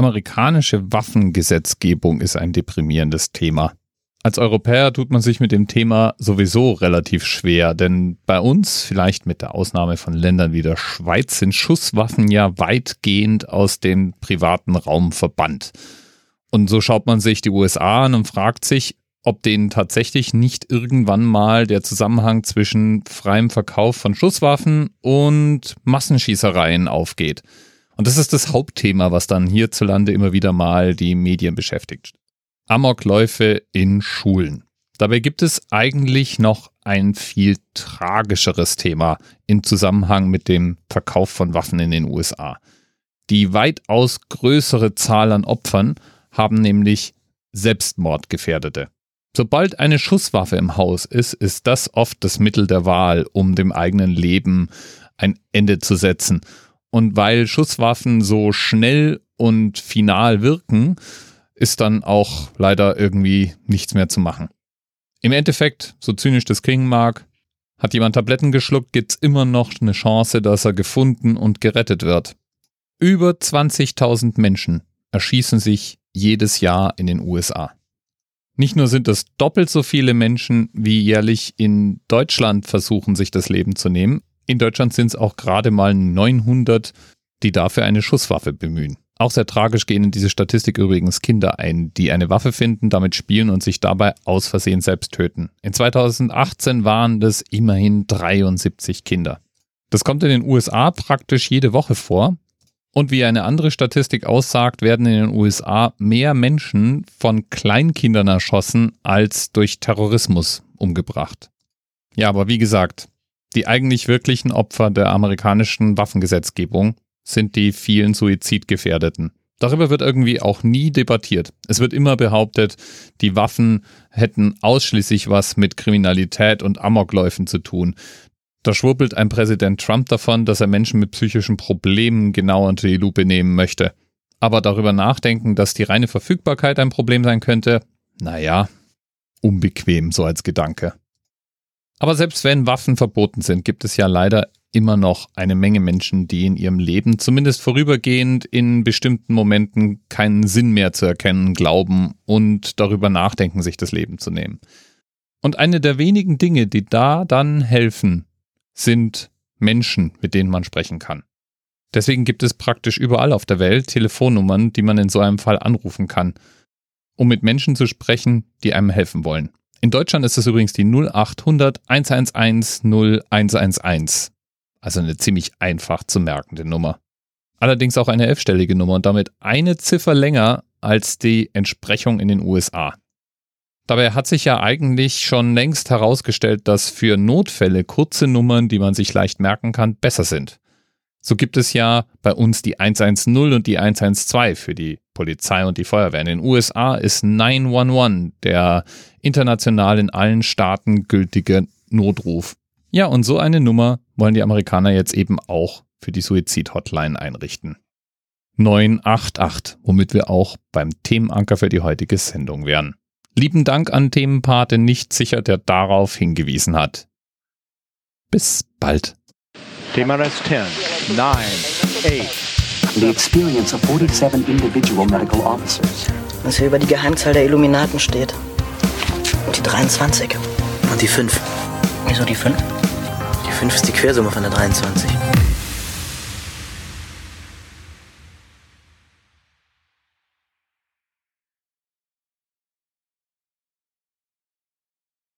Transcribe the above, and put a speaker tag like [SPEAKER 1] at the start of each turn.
[SPEAKER 1] amerikanische Waffengesetzgebung ist ein deprimierendes Thema. Als Europäer tut man sich mit dem Thema sowieso relativ schwer, denn bei uns, vielleicht mit der Ausnahme von Ländern wie der Schweiz, sind Schusswaffen ja weitgehend aus dem privaten Raum verbannt. Und so schaut man sich die USA an und fragt sich, ob denen tatsächlich nicht irgendwann mal der Zusammenhang zwischen freiem Verkauf von Schusswaffen und Massenschießereien aufgeht. Und das ist das Hauptthema, was dann hierzulande immer wieder mal die Medien beschäftigt. Amokläufe in Schulen. Dabei gibt es eigentlich noch ein viel tragischeres Thema im Zusammenhang mit dem Verkauf von Waffen in den USA. Die weitaus größere Zahl an Opfern haben nämlich Selbstmordgefährdete. Sobald eine Schusswaffe im Haus ist, ist das oft das Mittel der Wahl, um dem eigenen Leben ein Ende zu setzen. Und weil Schusswaffen so schnell und final wirken, ist dann auch leider irgendwie nichts mehr zu machen. Im Endeffekt, so zynisch das klingen mag, hat jemand Tabletten geschluckt, gibt's immer noch eine Chance, dass er gefunden und gerettet wird. Über 20.000 Menschen erschießen sich jedes Jahr in den USA. Nicht nur sind es doppelt so viele Menschen, wie jährlich in Deutschland versuchen, sich das Leben zu nehmen. In Deutschland sind es auch gerade mal 900, die dafür eine Schusswaffe bemühen. Auch sehr tragisch gehen in diese Statistik übrigens Kinder ein, die eine Waffe finden, damit spielen und sich dabei aus Versehen selbst töten. In 2018 waren das immerhin 73 Kinder. Das kommt in den USA praktisch jede Woche vor. Und wie eine andere Statistik aussagt, werden in den USA mehr Menschen von Kleinkindern erschossen als durch Terrorismus umgebracht. Ja, aber wie gesagt, die eigentlich wirklichen Opfer der amerikanischen Waffengesetzgebung sind die vielen Suizidgefährdeten. Darüber wird irgendwie auch nie debattiert. Es wird immer behauptet, die Waffen hätten ausschließlich was mit Kriminalität und Amokläufen zu tun. Da schwurbelt ein Präsident Trump davon, dass er Menschen mit psychischen Problemen genau unter die Lupe nehmen möchte. Aber darüber nachdenken, dass die reine Verfügbarkeit ein Problem sein könnte, naja, unbequem so als Gedanke. Aber selbst wenn Waffen verboten sind, gibt es ja leider immer noch eine Menge Menschen, die in ihrem Leben zumindest vorübergehend in bestimmten Momenten keinen Sinn mehr zu erkennen glauben und darüber nachdenken, sich das Leben zu nehmen. Und eine der wenigen Dinge, die da dann helfen, sind Menschen, mit denen man sprechen kann. Deswegen gibt es praktisch überall auf der Welt Telefonnummern, die man in so einem Fall anrufen kann, um mit Menschen zu sprechen, die einem helfen wollen. In Deutschland ist es übrigens die 0800 111 0111. Also eine ziemlich einfach zu merkende Nummer. Allerdings auch eine 11-stellige Nummer und damit eine Ziffer länger als die Entsprechung in den USA. Dabei hat sich ja eigentlich schon längst herausgestellt, dass für Notfälle kurze Nummern, die man sich leicht merken kann, besser sind. So gibt es ja bei uns die 110 und die 112 für die Polizei und die Feuerwehr. In den USA ist 911 der international in allen Staaten gültige Notruf. Ja, und so eine Nummer wollen die Amerikaner jetzt eben auch für die Suizid-Hotline einrichten. 988, womit wir auch beim Themenanker für die heutige Sendung wären. Lieben Dank an Themenpate Nichtsicher, der darauf hingewiesen hat. Bis bald.
[SPEAKER 2] Thema Rest 10, 9, 8.
[SPEAKER 3] The experience of 47 individual medical officers.
[SPEAKER 4] Was hier über die Geheimzahl der Illuminaten steht. Und die 23.
[SPEAKER 5] Und die 5.
[SPEAKER 4] Wieso die 5?
[SPEAKER 5] Die 5 ist die Quersumme von der 23.